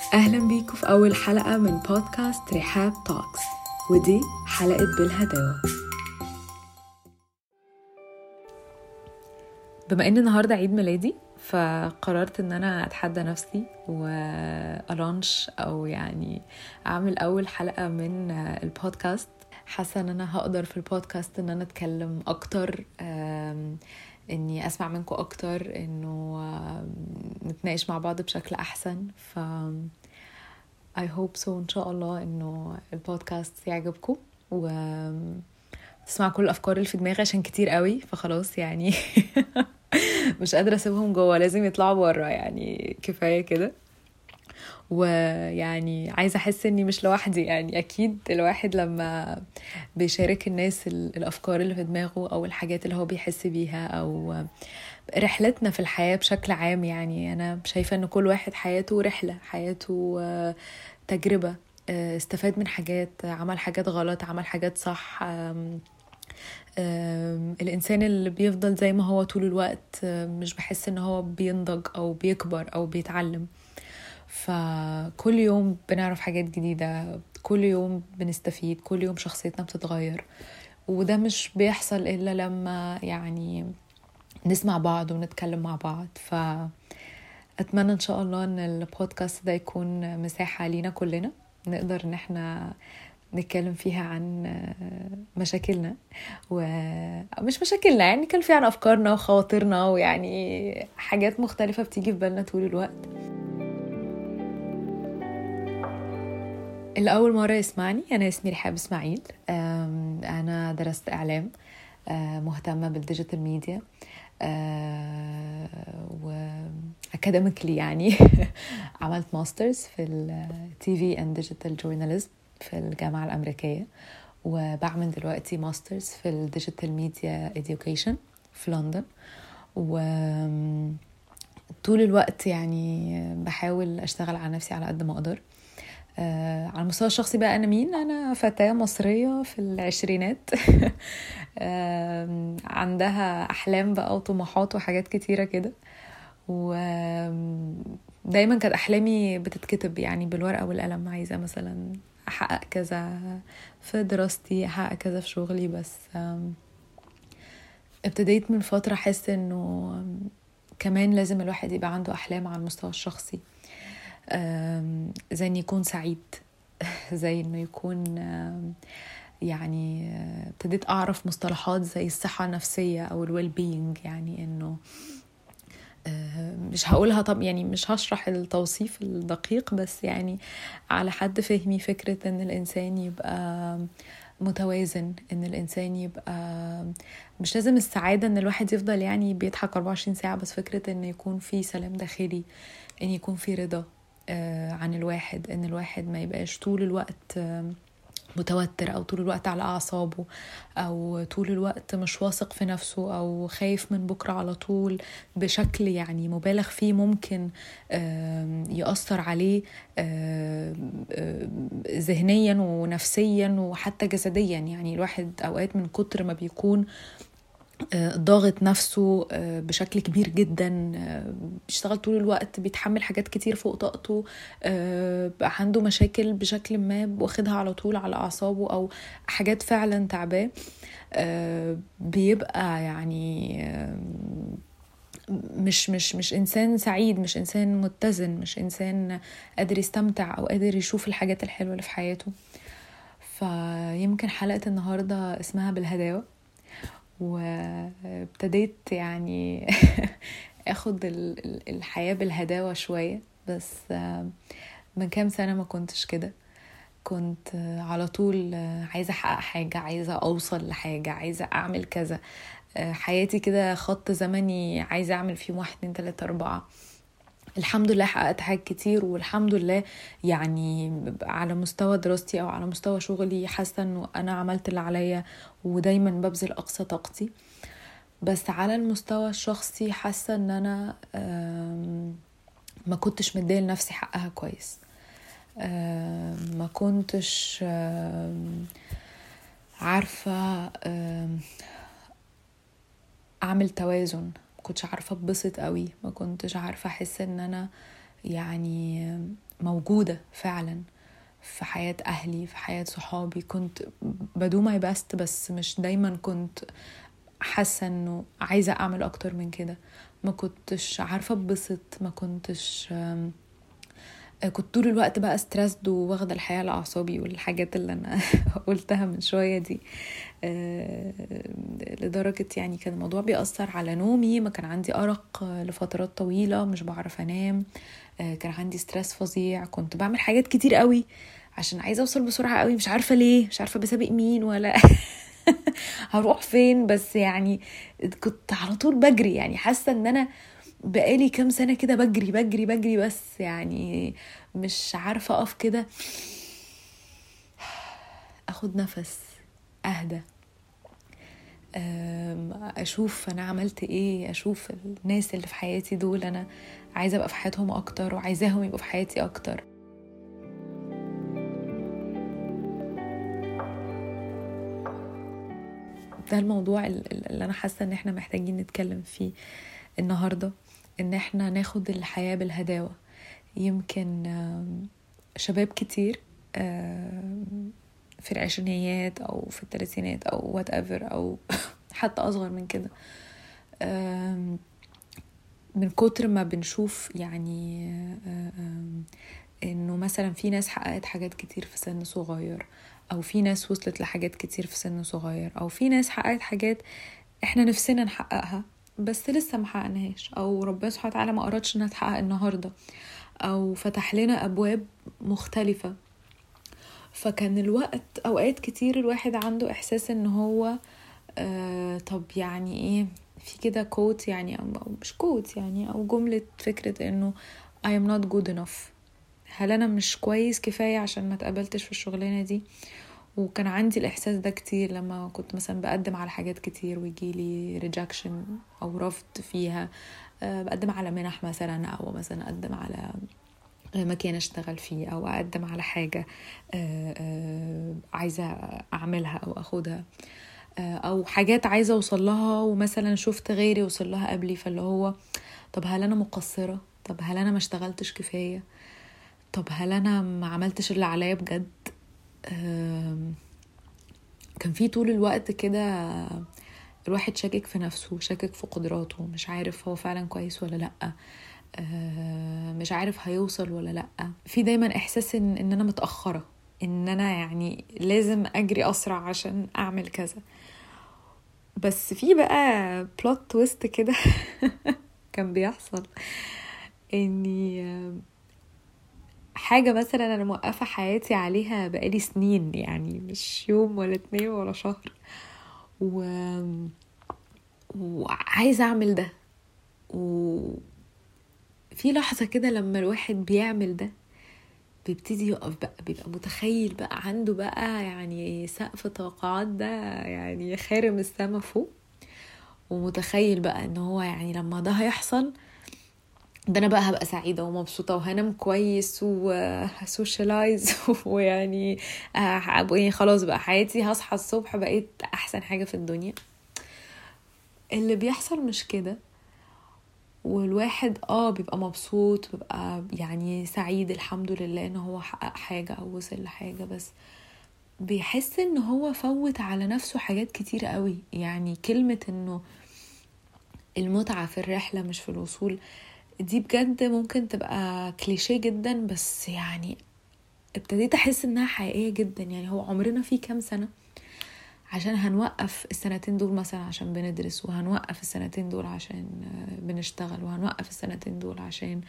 أهلا بيكم في أول حلقة من بودكاست رحاب توكس، ودي حلقة بالهداوة. بما إن النهاردة عيد ميلادي فقررت إن أنا أتحدى نفسي وألانش أو يعني أعمل أول حلقة من البودكاست. حاسة إن أنا هقدر في البودكاست إن أنا أتكلم أكتر، إني أسمع منكم أكتر، إنه نتناقش مع بعض بشكل أحسن. I hope so إن شاء الله إنه البودكاست يعجبكم وتسمع كل الأفكار اللي في دماغي، عشان كتير قوي فخلاص يعني مش قادرة أسيبهم جوا، لازم يطلعوا برا، يعني كفاية كده. ويعني عايزة أحس إني مش لوحدي، يعني أكيد الواحد لما بيشارك الناس الأفكار اللي في دماغه أو الحاجات اللي هو بيحس بيها أو رحلتنا في الحياة بشكل عام، يعني أنا شايفة إن كل واحد حياته رحلة، حياته تجربة، استفاد من حاجات، عمل حاجات غلط، عمل حاجات صح. الإنسان اللي بيفضل زي ما هو طول الوقت مش بحس إن هو بينضج أو بيكبر أو بيتعلم. فكل يوم بنعرف حاجات جديدة، كل يوم بنستفيد، كل يوم شخصيتنا بتتغير، وده مش بيحصل إلا لما يعني نسمع بعض ونتكلم مع بعض. فأتمنى إن شاء الله أن البودكاست ده يكون مساحة لينا كلنا نقدر إن احنا نتكلم فيها عن مشاكلنا ومش مشاكلنا، يعني نتكلم فيها عن أفكارنا وخواطرنا، ويعني حاجات مختلفة بتيجي في بالنا طول الوقت. اللي أول مرة يسمعني، أنا اسمي رحاب إسماعيل. أنا درست إعلام، مهتمة بالديجيتال ميديا وأكاديميكلي يعني عملت ماسترز في التي في اند ديجيتال جورناليزم في الجامعة الأمريكية، وبعمل دلوقتي ماسترز في الديجيتال ميديا إديوكيشن في لندن. وطول الوقت يعني بحاول أشتغل على نفسي على قد ما أقدر. على المستوى الشخصي بقى، أنا مين؟ أنا فتاة مصرية في العشرينات عندها أحلام بقى وطموحات وحاجات كتيرة كده، ودايما كانت أحلامي بتتكتب يعني بالورقة والقلم. عايزة مثلا أحقق كذا في دراستي، أحقق كذا في شغلي، بس ابتديت من فترة أحس إنه كمان لازم الواحد يبقى عنده أحلام على المستوى الشخصي، زي إنه يكون سعيد زي إنه يكون يعني ابتديت أعرف مصطلحات زي الصحة النفسية أو الويل بينج، يعني إنه مش هقولها، طب يعني مش هشرح التوصيف الدقيق، بس يعني على حد فهمي فكرة إن الإنسان يبقى متوازن، إن الإنسان يبقى مش لازم السعادة إن الواحد يفضل يعني بيضحك 24 ساعة، بس فكرة إن يكون في سلام داخلي، إن يكون في رضا عن الواحد، إن الواحد ما يبقاش طول الوقت متوتر أو طول الوقت على أعصابه أو طول الوقت مش واثق في نفسه أو خايف من بكرة على طول بشكل يعني مبالغ فيه، ممكن يأثر عليه ذهنيا ونفسيا وحتى جسديا. يعني الواحد أوقات من كتر ما بيكون ضاغط نفسه بشكل كبير جدا، بيشتغل طول الوقت، بيتحمل حاجات كتير فوق طاقته، عنده مشاكل بشكل ما واخدها على طول على أعصابه أو حاجات فعلا تعباه، بيبقى يعني مش إنسان سعيد، مش إنسان متزن، مش إنسان قادر يستمتع أو قادر يشوف الحاجات الحلوة اللي في حياته. فيمكن حلقة النهاردة اسمها بالهداوة، وابتديت يعني اخد الحياة بالهداوة شوية، بس من كام سنة ما كنتش كده. كنت على طول عايزة احقق حاجة، عايزة اوصل لحاجة، عايزة اعمل كذا، حياتي كده خط زمني عايزة اعمل فيه 1 2 3 4. الحمد لله حققت حاجات كتير، والحمد لله يعني على مستوى دراستي او على مستوى شغلي حاسة انه انا عملت اللي عليا ودايما ببذل اقصى طاقتي. بس على المستوى الشخصي حاسة ان انا ما كنتش مديه لنفسي حقها كويس، ما كنتش عارفة اعمل توازن، ما كنتش عارفة اتبسط قوي، ما كنتش عارفة احس ان انا يعني موجودة فعلا في حياة أهلي، في حياة صحابي. كنت بدو ماي بست، بس مش دايما كنت حاسة انه عايزة اعمل اكتر من كده. ما كنتش عارفة اتبسط، ما كنتش كنت طول الوقت بقى ستريسد وواخدة الحياة لأعصابي والحاجات اللي أنا قلتها من شوية دي. لدرجة يعني كان الموضوع بيأثر على نومي، ما كان عندي أرق لفترات طويلة، مش بعرف أنام. كان عندي ستريس فظيع، كنت بعمل حاجات كتير قوي عشان عايزة أوصل بسرعة قوي، مش عارفة ليه، مش عارفة بسابق مين ولا هروح فين، بس يعني كنت على طول بجري. يعني حاسة ان انا بقالي كام سنة كده بجري بجري بجري، بس يعني مش عارفة اقف كده اخد نفس، اهدى، اشوف انا عملت ايه، اشوف الناس اللي في حياتي دول انا عايزة ابقى في حياتهم اكتر وعايزاهم يبقوا في حياتي اكتر. ده الموضوع اللي انا حاسة ان احنا محتاجين نتكلم فيه النهاردة، ان احنا ناخد الحياة بالهداوة. يمكن شباب كتير في العشرينيات او في الثلاثينات او whatever، او حتى اصغر من كده، من كتر ما بنشوف يعني انه مثلا في ناس حققت حاجات كتير في سن صغير، او في ناس وصلت لحاجات كتير في سن صغير، او في ناس حققت حاجات احنا نفسنا نحققها بس لسه ما حققناهاش، او ربنا سبحانه وتعالى ما أردش انها تحقق النهارده، او فتح لنا ابواب مختلفة. فكان الوقت اوقات كتير الواحد عنده احساس ان هو طب يعني ايه، في كده كوت يعني، او مش كوت يعني، او جملة فكرة انه I am not good enough. هل انا مش كويس كفاية عشان ما تقبلتش في الشغلانة دي؟ وكان عندي الاحساس ده كتير لما كنت مثلا بقدم على حاجات كتير ويجيلي rejection او رفض فيها. بقدم على منح مثلا، او مثلا اقدم على مكان اشتغل فيه، او اقدم على حاجة عايزة اعملها او اخدها، او حاجات عايزة اوصل لها ومثلا شفت غيري وصل لها قبلي، فاللي هو طب هل انا مقصرة؟ طب هل انا ما اشتغلتش كفاية؟ طب هل انا ما عملتش اللي عليا بجد؟ كان في طول الوقت كده الواحد شاكك في نفسه، شاكك في قدراته، مش عارف هو فعلا كويس ولا لأ، مش عارف هيوصل ولا لأ. في دايما احساس ان انا متأخرة، ان انا يعني لازم اجري اسرع عشان اعمل كذا. بس في بقى بلوت تويست كده كان بيحصل، اني حاجة مثلا انا موقفة حياتي عليها بقالي سنين، يعني مش يوم ولا 2 ولا شهر، وعايزة اعمل ده. وفي لحظة كده لما الواحد بيعمل ده بيبتدي يقف بقى، بيبقى متخيل بقى، عنده بقى يعني سقف توقعات ده يعني خارم السما فوق، ومتخيل بقى ان هو يعني لما ده هيحصل ده انا بقى هبقى سعيدة ومبسوطة وهنام كويس وهسوشيالايز ويعني يعني خلاص بقى حياتي هصحى الصبح بقيت احسن حاجة في الدنيا. اللي بيحصل مش كده، والواحد بيبقى مبسوط، بيبقى يعني سعيد الحمد لله ان هو حقق حاجة او وصل لحاجة، بس بيحس ان هو فوت على نفسه حاجات كتير قوي. يعني كلمة انه المتعة في الرحلة مش في الوصول، دي بجد ممكن تبقى كليشيه جدا، بس يعني ابتديت احس انها حقيقية جدا. يعني هو عمرنا فيه كام سنة عشان هنوقف السنتين دول مثلا عشان بندرس، وهنوقف السنتين دول عشان بنشتغل، وهنوقف السنتين دول عشان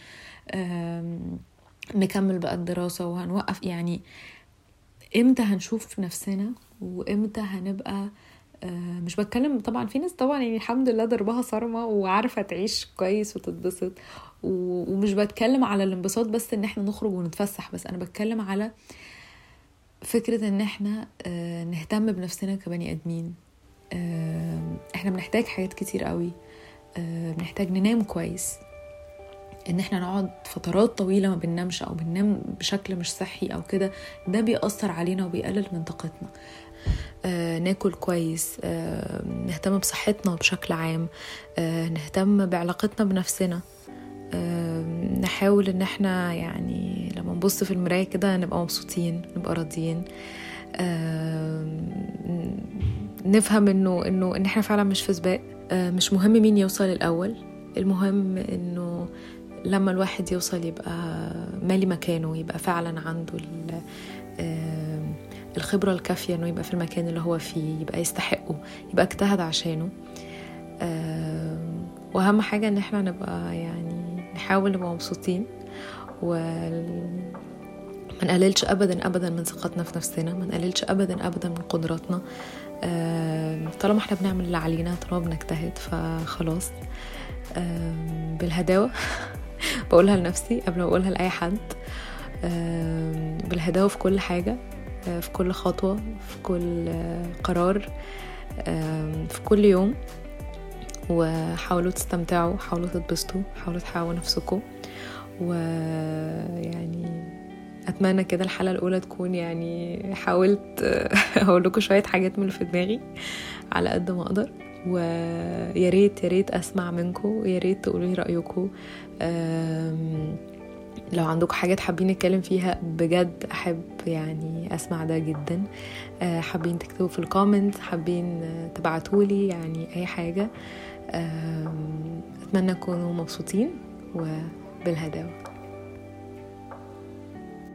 نكمل بقى الدراسة، وهنوقف. يعني امتى هنشوف نفسنا وامتى هنبقى مش بتكلم طبعا، في ناس طبعا يعني الحمد لله ضربها صارمة وعارفة تعيش كويس وتتبسط، ومش بتكلم على الانبساط بس ان احنا نخرج ونتفسح بس، انا بتكلم على فكرة ان احنا نهتم بنفسنا كبني ادمين. احنا بنحتاج حاجات كتير قوي، بنحتاج ننام كويس، ان احنا نقعد فترات طويلة ما بننامش او بننام بشكل مش صحي او كده، ده بيأثر علينا وبيقلل من طاقتنا. ناكل كويس، نهتم بصحتنا بشكل عام، نهتم بعلاقتنا بنفسنا، نحاول ان احنا يعني لما نبص في المراية كده نبقى مبسوطين، نبقى راضيين، نفهم ان احنا فعلا مش في سباق. مش مهم مين يوصل الاول، المهم انه لما الواحد يوصل يبقى مالي مكانه، يبقى فعلا عنده الخبرة الكافية انه يبقى في المكان اللي هو فيه، يبقى يستحقه، يبقى اجتهد عشانه. واهم حاجة ان احنا نبقى يعني نحاول نبقى مبسوطين، وما نقللش ابدا من ثقتنا في نفسنا، ما نقللش ابدا من قدراتنا. طالما احنا بنعمل اللي علينا، طالما بنجتهد، فخلاص. بالهداوة بقولها لنفسي قبل ما اقولها لاي حد، بالهداوة في كل حاجة، في كل خطوة، في كل قرار، في كل يوم. وحاولوا تستمتعوا، حاولوا تتبسطوا، حاولوا تحاولوا نفسكم. ويعني اتمنى كده الحلقة الاولى تكون يعني حاولت اقول لكم شوية حاجات من اللي في دماغي على قد ما اقدر. ويا ريت اسمع منكم، يا ريت تقولوا لي رايكم. لو عندكم حاجات حابين نتكلم فيها بجد احب يعني اسمع ده جدا. حابين تكتبوا في الكومنت، حابين تبعتولي يعني اي حاجة. اتمنى تكونوا مبسوطين وبالهداوة.